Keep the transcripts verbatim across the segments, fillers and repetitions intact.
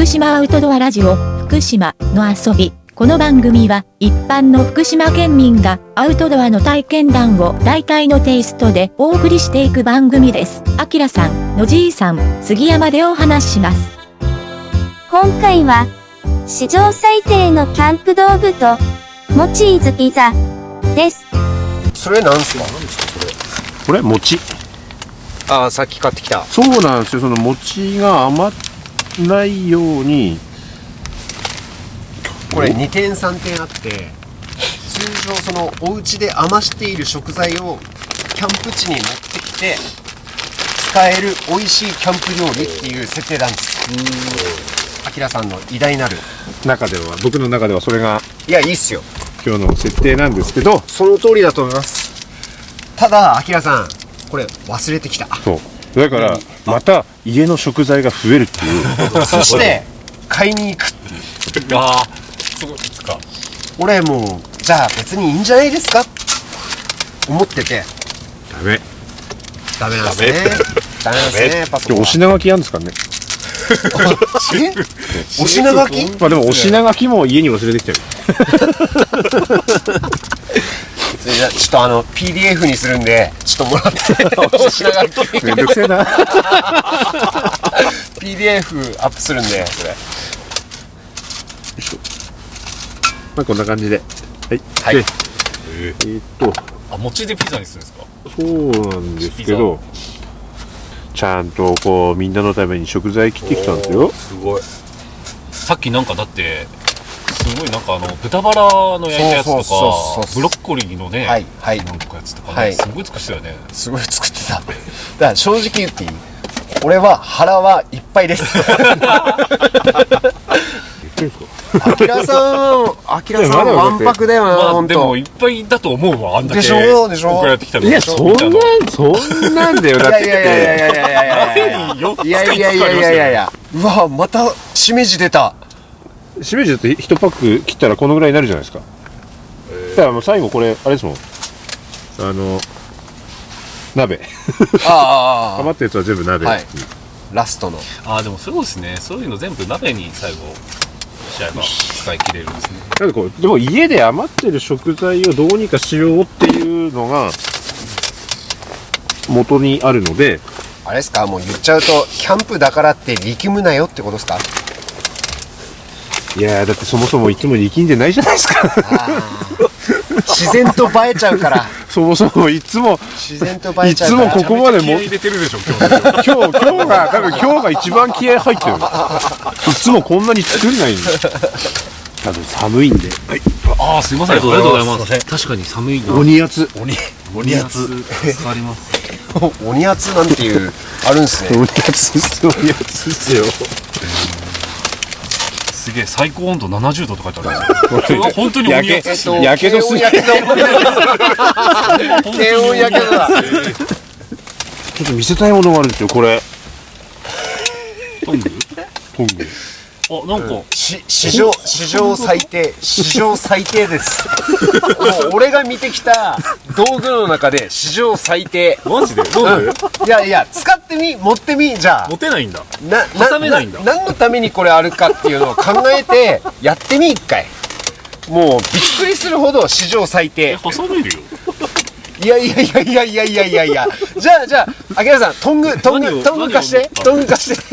島アウトドアラジオ福島の遊び。この番組は一般の福島県民がアウトドアの体験談を大体のテイストでお送りしていく番組です。あきらさん、のじいさん、杉山でお話しします。 今回は史上最低のキャンプ道具とモチーズピザです。 それなんすか？ これ餅。 ああ、さっき買ってきた。 そうなんですよ。その餅が余らないように。 これにてんさんてんあって、通常そのお家で余している食材をキャンプ地に持ってきて使える美味しいキャンプ料理っていう設定なんです。あきらさんの偉大なる中では、僕の中ではそれがいやいいっすよ。 今日の設定なんですけど、 その通りだと思います。ただあきらさん、これ忘れてきた。 そうだからまた家の食材が増えるっていうそして買いに行くっていう。 ああ、そうですか。 俺もうじゃあ別にいいんじゃないですか思ってて、 ダメダメなんですね。ダメなんですね。やっぱそこはお品書きあるんですかね。 えお品書き？ まあでもお品書きも家に忘れてきてる。 それじゃちょっとあの ピーディーエフ にするんでちょっともらってお品書きめんどくせえな。 ピーディーエフ アップするんでそれ。 まあこんな感じで、はいはい。 でえーっとあ、餅でピザにするんですか？ そうなんですけど、ちゃんとこうみんなのために食材切ってきたんですよ。 すごい。さっきなんかだってすごいなんかあの豚バラの焼いたやつとかそうそうそうそうブロッコリーのね、 はいはいなんかやつとかね、 はいすごい尽くしたよね。 すごい作ってた。だから正直言っていい？俺は腹はいっぱいです。あきらさん、あきらさんわんぱくだよな、 まあ本当。 でもいっぱいだと思うわ、あんだけでしょでしょ送られてきたの。 いやそんなんそんなんだよ。だっていやいやいやいやいやいやいやいやいやいやいやいやいやいや。うわまたしめじ出た。 しめじだっていちパック切ったらこのぐらいになるじゃないですか。だからもう最後これあれですもん、あの鍋ああ余ったやつは全部鍋、 はいラストの。 ああ、でもそうですね。そういうの全部鍋に最後しちゃえば使い切れるんですね。 なんかこうでも家で余ってる食材をどうにかしようっていうのが元にあるので。 あれですか、もう言っちゃうとキャンプだからって力むなよってことですか？ いやーだってそもそもいつも力んでないじゃないですか。 自然と映えちゃうから。 そもそもいつも自然と映えいちゃうから。 つもここまでも気合い入れてるでしょ今日。 今日今日が多分今日が一番気合入ってる。いつもこんなに作んないんで。多分寒いんで。はい。 ああ、すいません。ありがとうございます。確かに寒いな。 鬼圧。 鬼鬼圧助かります。 鬼圧なんていうあるんですね。 鬼圧ですよ。鬼圧ですよ。 すげえ、最高温度ななじゅうどとか書いてある。本当に鬼圧ですね。 やけどする。 やけど。低温やけどだ。 ちょっと見せたいものがあるんですよこれ。 トング？ トング。 あ、なんか、 し史上史上最低史上最低です。もう俺が見てきた道具の中で史上最低。 マジで？なんで？ いやいや使ってみ持ってみじゃあ。 持てないんだ。 な挟めないんだ。 何のためにこれあるかっていうのを考えてやってみ一回。もうびっくりするほど史上最低。 挟めるよ。 いやいやいやいやいやいやいやいや。じゃあじゃあ、あきらさんトングトングトング貸してトング貸して。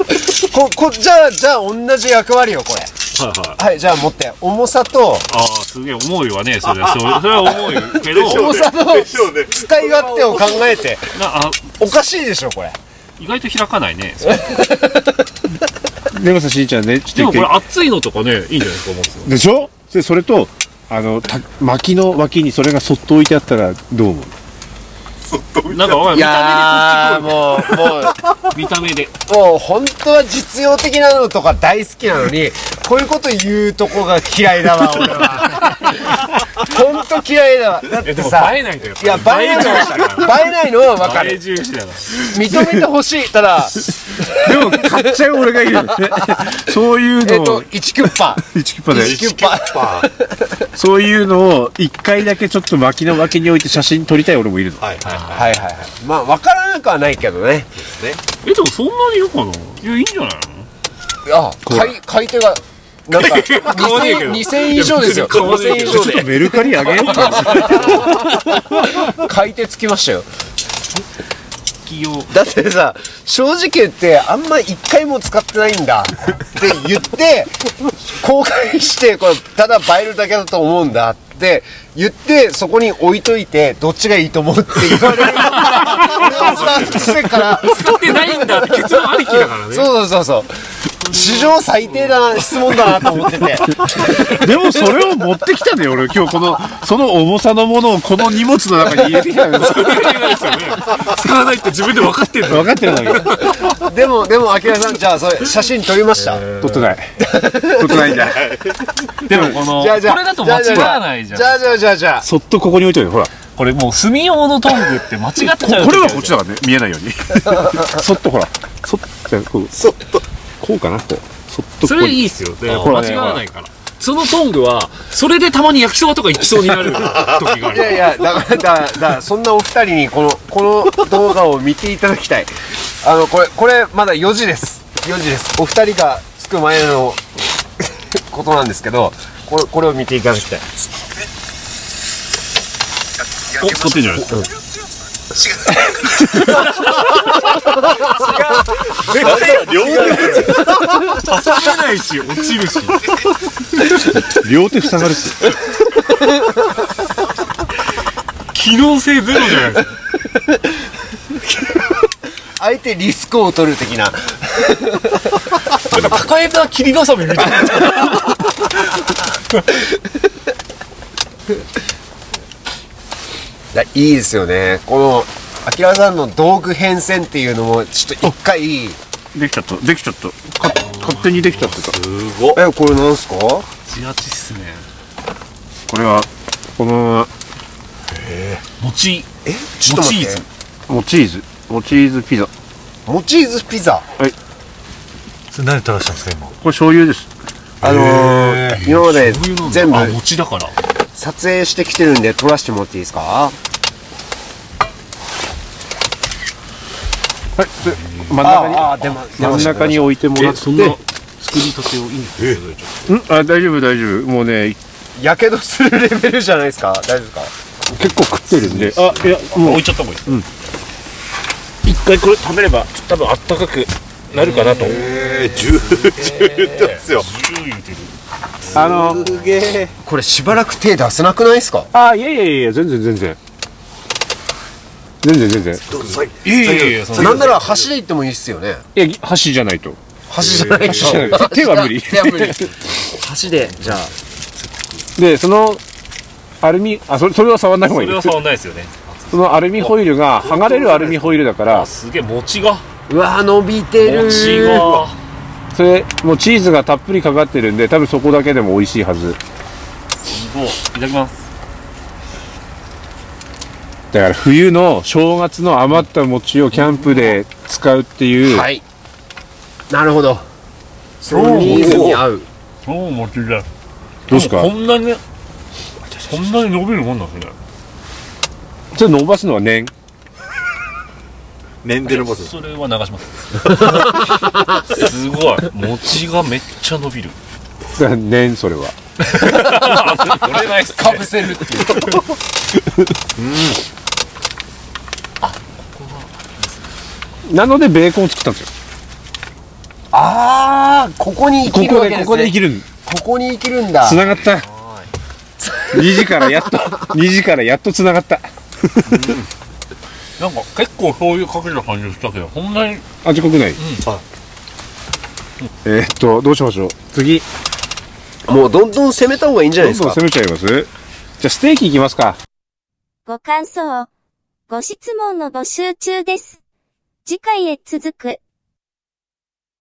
ここじゃあじゃあ同じ役割よこれ。 はいはい。 はい、じゃあ持って。重さと。 ああ、すげえ重いわね。それそれそれは重いけど。 重さの使い勝手を考えて。 なあ、 おかしいでしょこれ。 意外と開かないね。 でもさしんちゃんね。ちでもょっとこれ熱いのとかね、いいんじゃないですか思うんですよ。 でしょ。でそれとあのた薪の脇にそれがそっと置いてあったらどう思う？ なんかわかんない。 いやーもうもう見た目で。 もう本当は実用的なのとか大好きなのにこういうこと言うとこが嫌いだわ俺は。本当嫌いだわ。だってさ、 映えないんだよ。 いや映えないの映えないのは分かる。 映え重視だから。 認めてほしい。ただでも買っちゃう俺がいる。そういうのをえっといちキュッパいちキュッパでいちキュッパそういうのを一回だけちょっと薪の脇に置いて写真撮りたい俺もいるの。 はいはいははいはいはい。まあ分からなくはないけどね。 い。え、でもそんなにいるかな。いや、いいんじゃないの？ あ、買い、買い手が、なんか、にせんえん以上ですよ。ごせんえん以上で。 メルカリ上げようか。 買い手つきましたよ。だってさ、正直言ってあんま一回も使ってないんだって言って公開して、これただ映えるだけだと思うんだって言ってそこに置いといてどっちがいいと思うって言われる俺はスタートしてから使ってないんだって結論ありきだからね。 そうそうそうそう史上最低だな質問だなと思っててでもそれを持ってきたね俺今日このその重さのものをこの荷物の中に入れてきたんですよ。 使わないって自分で分かってる分かってるんだけど。 でもでもあきらさんじゃあそれ写真撮りました、 撮ってない撮ってないんだ。 でもこのこれだと間違わないじゃん。 じゃあじゃあじゃあじゃあそっとここに置いといてほらこれもう炭用のトングって間違っちゃう。 これはこっちだからね見えないようにそっとほらそっじゃあこうそっとこうかなこうそっとこうそれいいっすよ。でほらね間違わないから。そのトングはそれでたまに焼きそばとかいきそうになる時がある。 いやいやだからだだからそんなお二人にこのこの動画を見ていただきたい。あのこれこれまだよじですよじです。お二人が着く前のことなんですけどこれこれを見ていただきたい。 お使ってんじゃないですか。 両手挟めないし落ちるし両手塞がるし機能性ゼロじゃないですか。 あえてリスクを取る的な抱えた切りばさみみたいな。 いやいいですよねこのあきらさんの道具変遷っていうのもちょっと一回できちゃったできちゃったか勝手にできちゃってた。 すごっ。 えこれなんすかチラチっすね。 これはこのまま餅えちょっと待ってもチーズもチーズピザモチーズピザそれ何垂らしたんですか今。 これ醤油です。 あのー、今まで全部あ餅だから撮影してきてるんで撮らせてもらっていいですか。 はいで真ん中にああ出ま出ました真ん中に置いてもらってそんな作りたてをいいんですか。 んあ大丈夫大丈夫もうねやけどするレベルじゃないですか。大丈夫ですか。 結構食ってるんであいやもう置いちゃった方がいい。 一回これ食べれば多分あったかくなるかなと。 えー、じゅう、じゅう言ってますよ。 じゅう言うてる。 あのすげえ。これしばらく手出せなくないですか。 あいやいやいや全然全然全然全然いやいやいやそんなんなら箸でいってもいいっすよね。 いや箸じゃないと箸じゃないと。 箸じゃない手は無理手は無理。箸でじゃあ。 でそのアルミあそれそれは触んない方がいいそれは触んないですよね。 そのアルミホイルが剥がれるアルミホイルだからあすげえ餅がうわ伸びてる。 餅がそれもうチーズがたっぷりかかってるんで多分そこだけでも美味しいはず。 すごい。いただきます。 だから冬の正月の余った餅をキャンプで使うっていう、 はい。なるほど。そのニーズに合う。 超餅だ。 どうですかこんなにこんなに伸びるもんなんですね。 ちょっと伸ばすのは年年で伸ばす。 それは流しますすごい餅がめっちゃ伸びる。 年それはこれないっすね。 かぶせるっていう。 なのでベーコンを作ったんですよ。 ああここに生こきるわけですね。 こでここで生きるここに生きるんだ。 つながったにじからやっとにじからやっとつながったなんか結構醤油かけた感じしたけどそんなに味濃くない、うん、えー、っとどうしましょう次。 もうどんどん攻めた方がいいんじゃないですか。 どんどん攻めちゃいます。じゃあステーキいきますか。 ご感想、ご質問の募集中です。次回へ続く。